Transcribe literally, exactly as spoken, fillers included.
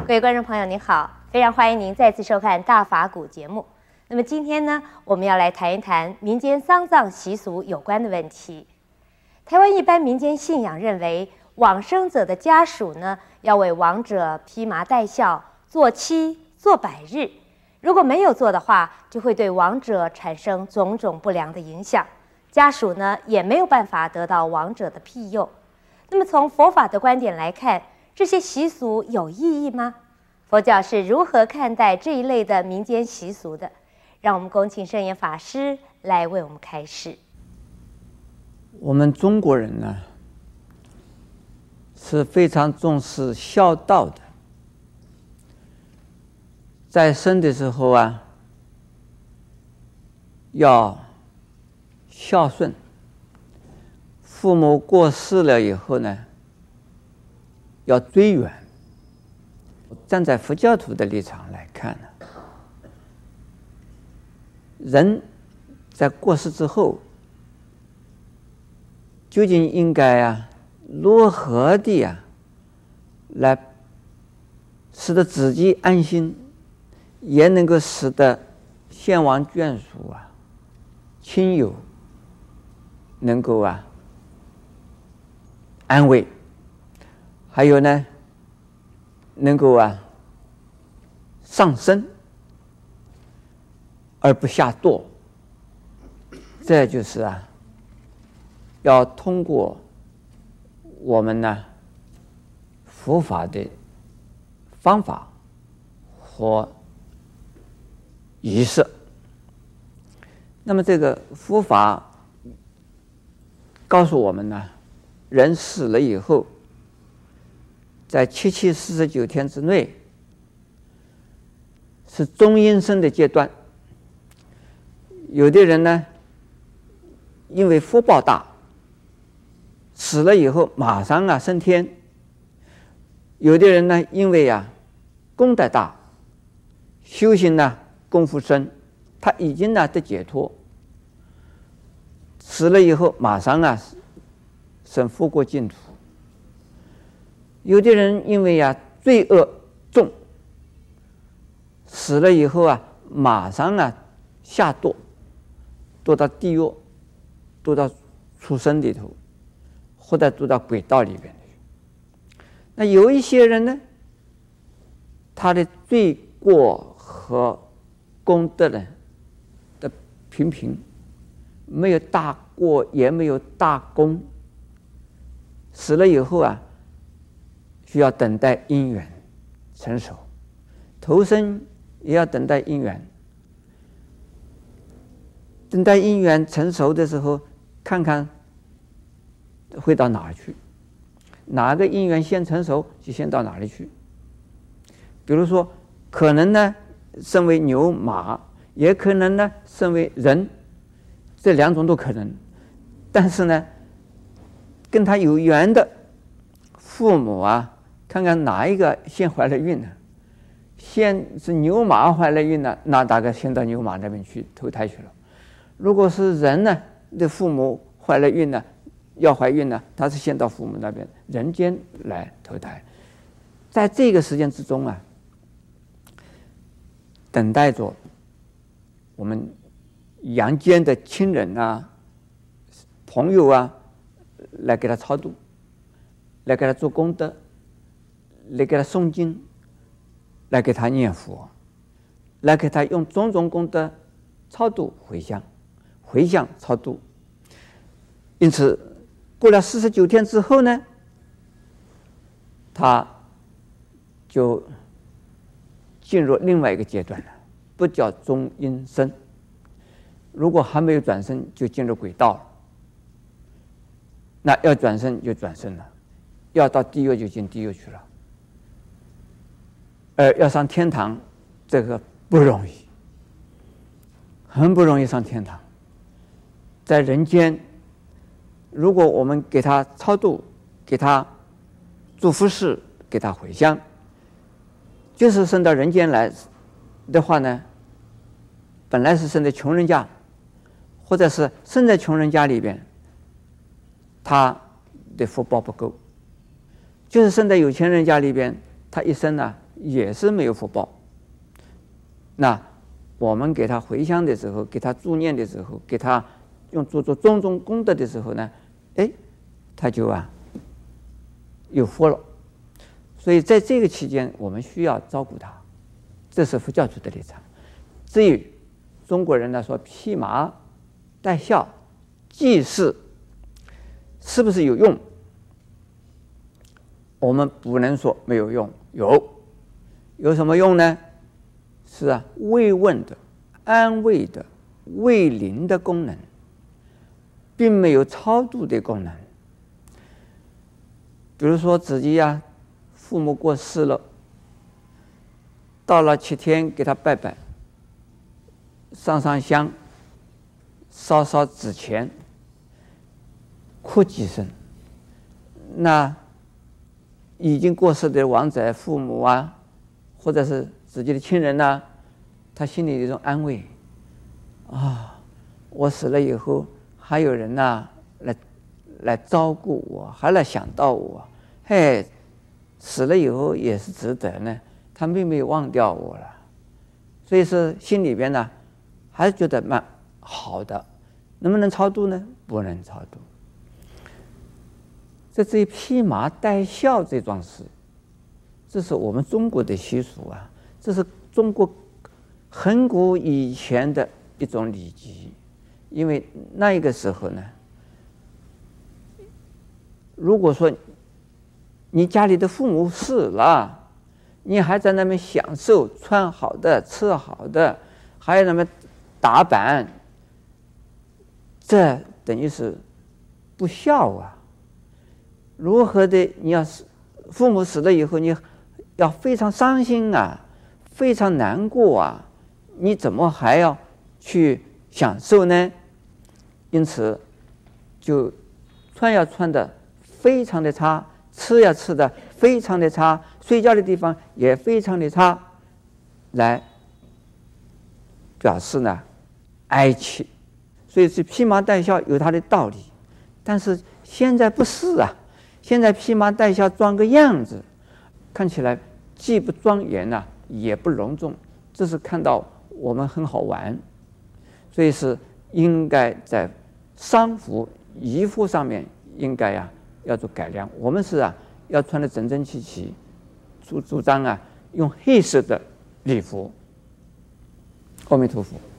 各位观众朋友，您好，非常欢迎您再次收看《大法古》节目。那么今天呢，我们要来谈一谈民间丧葬习俗有关的问题。台湾一般民间信仰认为，往生者的家属呢，要为亡者披麻戴孝、做七、做百日。如果没有做的话，就会对亡者产生种种不良的影响，家属呢也没有办法得到亡者的庇佑。那么从佛法的观点来看，这些习俗有意义吗？佛教是如何看待这一类的民间习俗的？让我们恭请圣严法师来为我们开示。 我们中国人呢，是非常重视孝道的。在生的时候啊，要孝顺；父母过世了以后呢，要追远。站在佛教徒的立场来看呢，人在过世之后，究竟应该啊如何的啊来使得自己安心，也能够使得先亡眷属啊、亲友能够啊安慰，还有呢能够啊上升而不下堕。这就是啊要通过我们呢佛法的方法和仪式。那么这个佛法告诉我们呢，人死了以后，在七七四十九天之内是中阴身的阶段。有的人呢因为福报大，死了以后马上啊升天；有的人呢因为啊功德大，修行呢功夫深，他已经呢得解脱，死了以后马上啊升佛国净土。有的人因为啊罪恶重，死了以后啊马上啊下堕，堕到地狱，堕到畜生里头，或者堕到鬼道里边去。那有一些人呢，他的罪过和功德呢的平平，没有大过也没有大功，死了以后啊需要等待因缘成熟，投生也要等待因缘，等待因缘成熟的时候，看看会到哪儿去，哪个因缘先成熟就先到哪里去。比如说可能呢身为牛马，也可能呢身为人，这两种都可能。但是呢跟他有缘的父母啊，看看哪一个先怀了孕呢？先是牛马怀了孕呢，那大概先到牛马那边去投胎去了。如果是人呢的父母怀了孕呢，要怀孕呢，他是先到父母那边人间来投胎。在这个时间之中啊，等待着我们阳间的亲人啊、朋友啊来给他超度，来给他做功德，来给他诵经，来给他念佛，来给他用种种功德超度回向，回向超度。因此过了四十九天之后呢，他就进入另外一个阶段了，不叫中阴身。如果还没有转生，就进入鬼道了。那要转生就转生了，要到地狱就进地狱去了。而要上天堂，这个不容易，很不容易上天堂。在人间，如果我们给他超度，给他做福事，给他回向，就是生到人间来的话呢，本来是生在穷人家，或者是生在穷人家里边，他的福报不够；就是生在有钱人家里边，他一生呢也是没有福报。那我们给他回向的时候，给他助念的时候，给他用做做种种功德的时候呢，哎，他就啊有福了。所以在这个期间，我们需要照顾他，这是佛教徒的立场。至于中国人呢说披麻戴孝祭祀是不是有用？我们不能说没有用，有。有什么用呢？是啊，慰问的、安慰的、慰灵的功能，并没有超度的功能。比如说自己呀、啊，父母过世了，到了七天给他拜拜，上上香，烧烧纸钱，哭几声，那已经过世的亡者父母啊，或者是自己的亲人呐、啊，他心里有一种安慰啊，我死了以后还有人呐、啊、来来照顾我，还来想到我，嘿，死了以后也是值得呢，他并没有忘掉我了，所以说心里边呢还是觉得蛮好的。能不能超度呢？不能超度。这至于披麻戴孝这桩事，这是我们中国的习俗啊，这是中国很古以前的一种礼仪。因为那个时候呢，如果说你家里的父母死了，你还在那边享受穿好的吃好的，还有那么打扮，这等于是不孝啊。如何的？你要是父母死了以后，你要非常伤心啊，非常难过啊，你怎么还要去享受呢？因此，就穿要穿的非常的差，吃要吃的非常的差，睡觉的地方也非常的差，来表示呢哀戚。所以是披麻戴孝有它的道理，但是现在不是啊。现在披麻戴孝装个样子，看起来既不庄严呐、啊，也不隆重，这是看到我们很好玩，所以是应该在丧服衣服上面应该呀、啊、要做改良。我们是啊要穿得整整齐齐，主主张啊用黑色的礼服。阿弥陀佛。